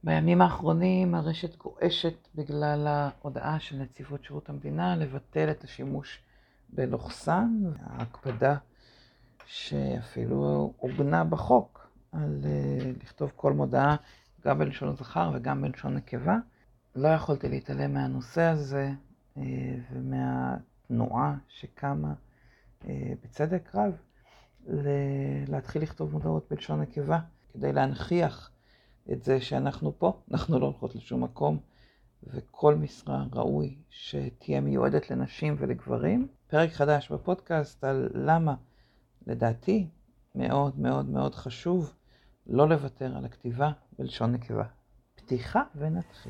בימים האחרונים הרשת גועשת בגלל ההודעה של נציבות שירות המדינה לבטל את השימוש בלוחסן, וההקפדה שאפילו עוגנה בחוק על לכתוב כל מודעה גם בלשון זכר וגם בלשון נקבה. לא יכולתי להתעלם מהנושא הזה ומהתנועה שקמה בצדק רב להתחיל לכתוב מודעות בלשון נקבה כדי להנכיח את זה שאנחנו פה, אנחנו לא הולכות לשום מקום, וכל משרה ראוי שתהיה מיועדת לנשים ולגברים. פרק חדש בפודקאסט על למה, לדעתי, מאוד מאוד מאוד חשוב לא לוותר על הכתיבה בלשון נקבה. פתיחה ונתחיל.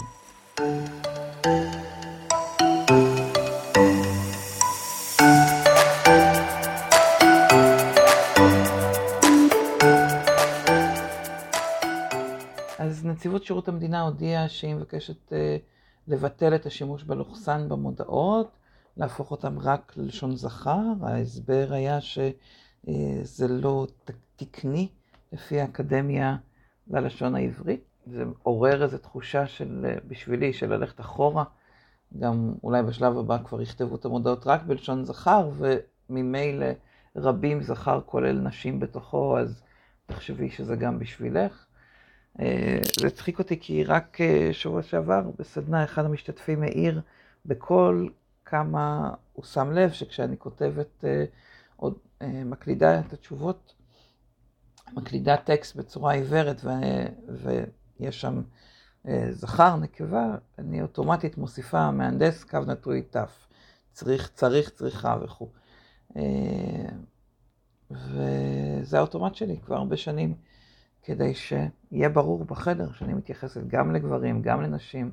אז נציבות שירות המדינה הודיעה שהיא מבקשת לבטל את השימוש בלוחסן במודעות, להפוך אותם רק ללשון זכר. ההסבר היה שזה לא תקני לפי האקדמיה ללשון העברית. זה עורר איזו תחושה בשבילי של ללכת אחורה. גם אולי בשלב הבא כבר יכתבו את המודעות רק בלשון זכר, וממילא רבים זכר כולל נשים בתוכו, אז תחשבי שזה גם בשבילך. זה צחיק אותי כי רק שבוע שעבר בסדנה אחד המשתתפים העיר בכל כמה הוא שם לב שכשאני כותבת עוד מקלידה את התשובות, מקלידה טקסט בצורה עיוורת ויש שם זכר, נקבה, אני אוטומטית מוסיפה מהנדס קו נטוי תף, צריכה וכו'. וזה האוטומט שלי כבר הרבה שנים, כדי שיהיה ברור בחדר שאני מתייחסת גם לגברים, גם לנשים.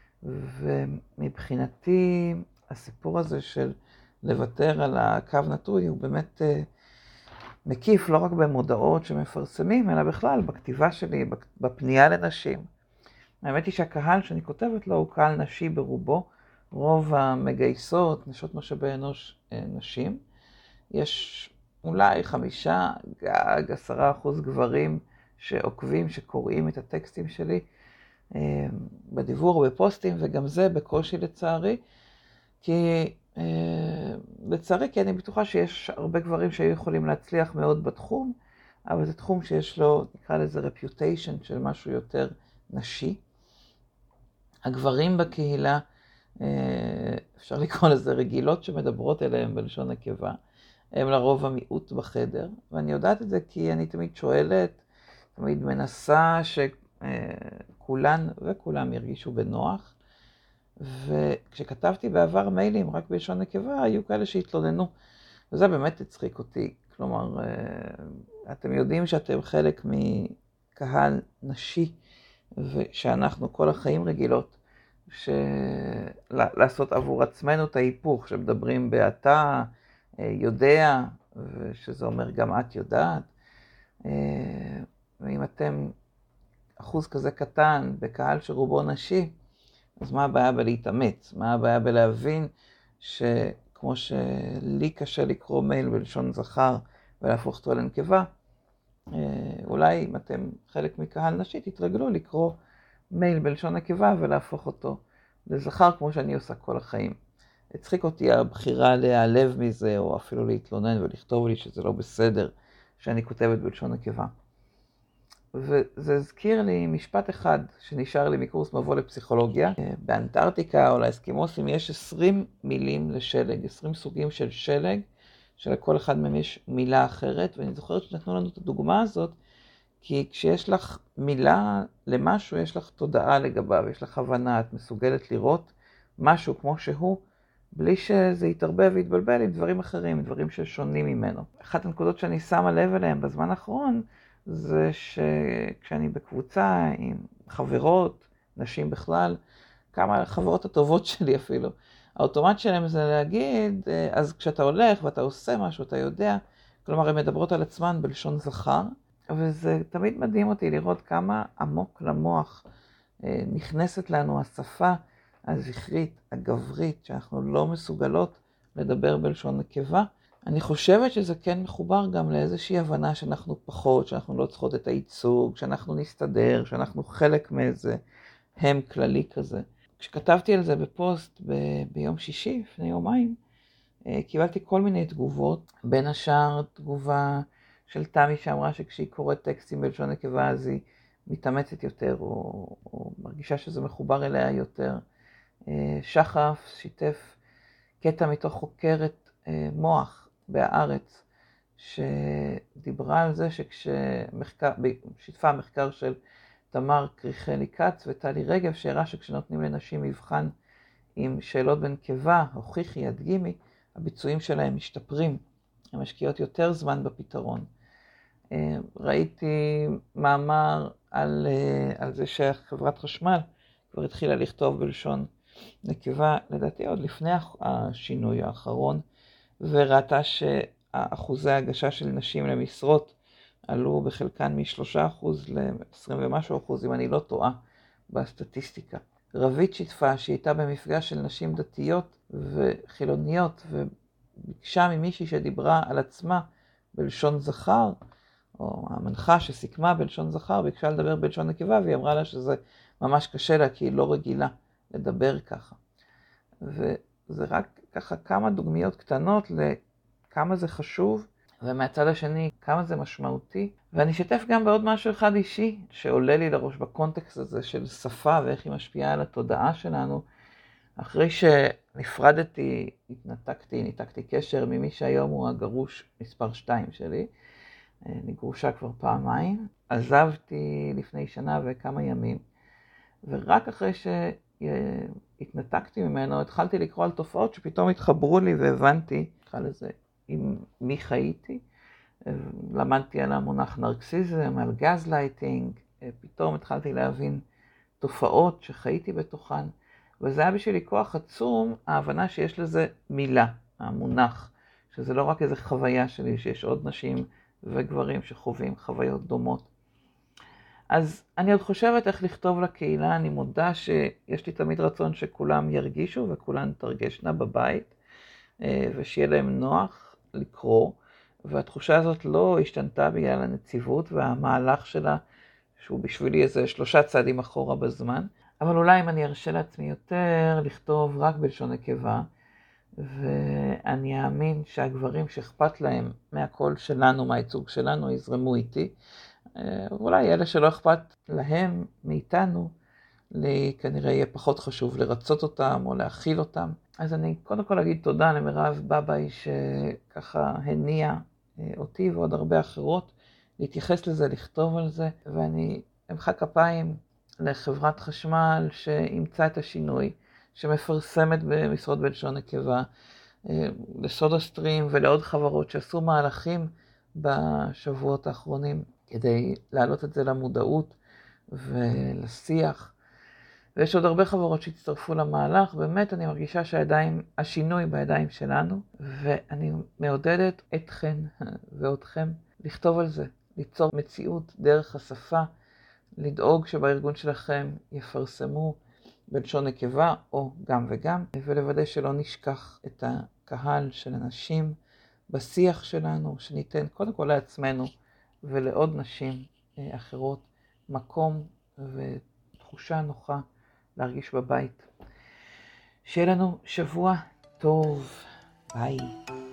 ומבחינתי הסיפור הזה של לוותר על הקו נטוי הוא באמת מקיף לא רק במודעות שמפרסמים, אלא בכלל בכתיבה שלי, בפנייה לנשים. האמת היא שהקהל שאני כותבת לו הוא קהל נשי ברובו, רוב המגייסות, נשות משאבי אנוש, נשים. יש אולי 5, גג 10% גברים שעוקבים, שקוראים את הטקסטים שלי בדיוור ובפוסטים, וגם זה בקושי לצערי, כי אני בטוחה שיש הרבה גברים שהיו יכולים להצליח מאוד בתחום, אבל זה תחום שיש לו, נקרא לזה reputation של משהו יותר נשי. הגברים בקהילה, אפשר לקרוא לזה רגילות שמדברות אליהם בלשון נקבה, הם לרוב המיעוט בחדר, ואני יודעת את זה כי אני תמיד שואלת, תמיד מנסה שכולן וכולם ירגישו בנוח, וכשכתבתי בעבר מיילים רק בלשון נקבה, היו כאלה שהתלוננו, וזה באמת הצחיק אותי. כלומר, אתם יודעים שאתם חלק מקהל נשי, ושאנחנו כל החיים רגילות, לעשות עבור עצמנו את ההיפוך, שמדברים באתה, יודע, ושזה אומר גם את יודעת. ואם אתם אחוז כזה קטן בקהל שרובו נשי, אז מה הבעיה בלהתאמץ? מה הבעיה בלהבין שכמו שלי קשה לקרוא מייל בלשון זכר ולהפוך אותו לנקבה, אולי אם אתם חלק מקהל נשי, תתרגלו לקרוא מייל בלשון נקבה ולהפוך אותו לזכר כמו שאני עושה כל החיים. הצחיק אותי הבחירה להיעלב מזה, או אפילו להתלונן ולכתוב לי שזה לא בסדר שאני כותבת בלשון נקבה. וזה הזכיר לי משפט אחד שנשאר לי מקורס מבוא לפסיכולוגיה. באנטארקטיקה או לאסקימוסים יש 20 מילים לשלג, 20 סוגים של שלג, שלכל אחד מהם יש מילה אחרת, ואני זוכרת שנתנו לנו את הדוגמה הזאת, כי כשיש לך מילה למשהו, יש לך תודעה לגביו, יש לך הבנה, את מסוגלת לראות משהו כמו שהוא, בלי שזה יתערבב ויתבלבל עם דברים אחרים, דברים ששונים ממנו. אחת הנקודות שאני שמה לב אליהם בזמן האחרון, זה שכשאני בקבוצה עם חברות, נשים בכלל, כמה חברות הטובות שלי אפילו, האוטומט שלהם זה להגיד, אז כשאתה הולך ואתה עושה משהו, אתה יודע, כלומר, הן מדברות על עצמן בלשון זכר, וזה תמיד מדהים אותי לראות כמה עמוק למוח נכנסת לנו השפה הזכרית, הגברית, שאנחנו לא מסוגלות לדבר בלשון נקבה. אני חושבת שזה כן מחובר גם לאיזושהי הבנה שאנחנו פחות, שאנחנו לא צריכות את הייצוג, שאנחנו נסתדר, שאנחנו חלק מאיזה הם כללי כזה. כשכתבתי על זה בפוסט ביום שישי, לפני יומיים, קיבלתי כל מיני תגובות, בין השאר תגובה של תמי שאמרה שכשהיא קוראת טקסטים בלשון נקבה אז היא מתאמצת יותר, או מרגישה שזה מחובר אליה יותר. שחף שיתף קטע מתוך חוקרת מוח בהארץ, שדיברה על זה שיתפה מחקר של תמר קריכלי כץ וטלי רגב, שהראה שכשנותנים לנשים מבחן עם שאלות בנקבה, הוכיחי, הדגימי, הביצועים שלהם משתפרים, הן משקיעות יותר זמן בפתרון. ראיתי מאמר על זה שחברת חשמל כבר התחילה לכתוב בלשון נקבה, לדעתי עוד לפני השינוי האחרון, וראתה שאחוזי ההגשה של נשים למשרות עלו בחלקן מ3% ל20 ומשהו אחוז, אם אני לא טועה בסטטיסטיקה. רבית שיתפה שהיא הייתה במפגש של נשים דתיות וחילוניות, וביקשה ממישהי שדיברה על עצמה בלשון זכר, או המנחה שסיכמה בלשון זכר, ביקשה לדבר בלשון נקבה, והיא אמרה לה שזה ממש קשה לה, כי היא לא רגילה לדבר ככה. וזה רק ככה כמה דוגמיות קטנות לכמה זה חשוב, ומהצד השני כמה זה משמעותי. ואני אשתף גם בעוד משהו אחד אישי, שעולה לי לראש בקונטקסט הזה של שפה, ואיך היא משפיעה על התודעה שלנו. אחרי שנפרדתי, ניתקתי קשר ממי שהיום הוא הגרוש מספר 2 שלי, אני גרושה כבר פעמיים, עזבתי לפני שנה וכמה ימים, ורק אחרי שהתנתקתי ממנו, התחלתי לקרוא על תופעות שפתאום התחברו לי והבנתי, עם מי חייתי, למדתי על המונח נרקסיזם, על גזלייטינג, פתאום התחלתי להבין תופעות שחייתי בתוכן, וזה היה בשבילי כוח עצום, ההבנה שיש לזה מילה, המונח, שזה לא רק איזו חוויה שלי, שיש עוד נשים וגברים שחווים חוויות דומות. אז אני עוד חושבת איך לכתוב לקהילה, אני מודה שיש לי תמיד רצון שכולם ירגישו וכולן תרגשנה בבית, ושיהיה להם נוח לקרוא, והתחושה הזאת לא השתנתה בגלל הנציבות והמהלך שלה, שהוא בשבילי איזה 3 צעדים אחורה בזמן, אבל אולי אם אני ארשה לעצמי יותר לכתוב רק בלשון נקבה, ואני אאמין שהגברים שאכפת להם מהקול שלנו, מהייצוג שלנו, יזרמו איתי. אולי אלה שלא אכפת להם מאיתנו, לי כנראה יהיה פחות חשוב לרצות אותם או להכיל אותם. אז אני קודם כל אגיד תודה למירב בבאי שככה הניע אותי ועוד הרבה אחרות להתייחס לזה, לכתוב על זה, ואני אמחא כפיים לחברת חשמל שאימצה את השינוי, שמפרסמת במשרות בלשון נקבה, לסודה סטרים ולעוד חברות שעשו מהלכים בשבועות האחרונים כדי להעלות את זה למודעות ולשיח. ויש עוד הרבה חברות שהצטרפו למהלך, באמת אני מרגישה שהשינוי בידיים שלנו, ואני מעודדת אתכן ואותכם לכתוב על זה, ליצור מציאות דרך השפה, לדאוג שבארגון שלכם יפרסמו בלשון נקבה או גם וגם, ולוודא שלא נשכח את הקהל של הנשים בשיח שלנו, שניתן קודם כל לעצמנו ולעוד נשים אחרות מקום ותחושה נוחה להרגיש בבית. שיהיה לנו שבוע טוב. ביי.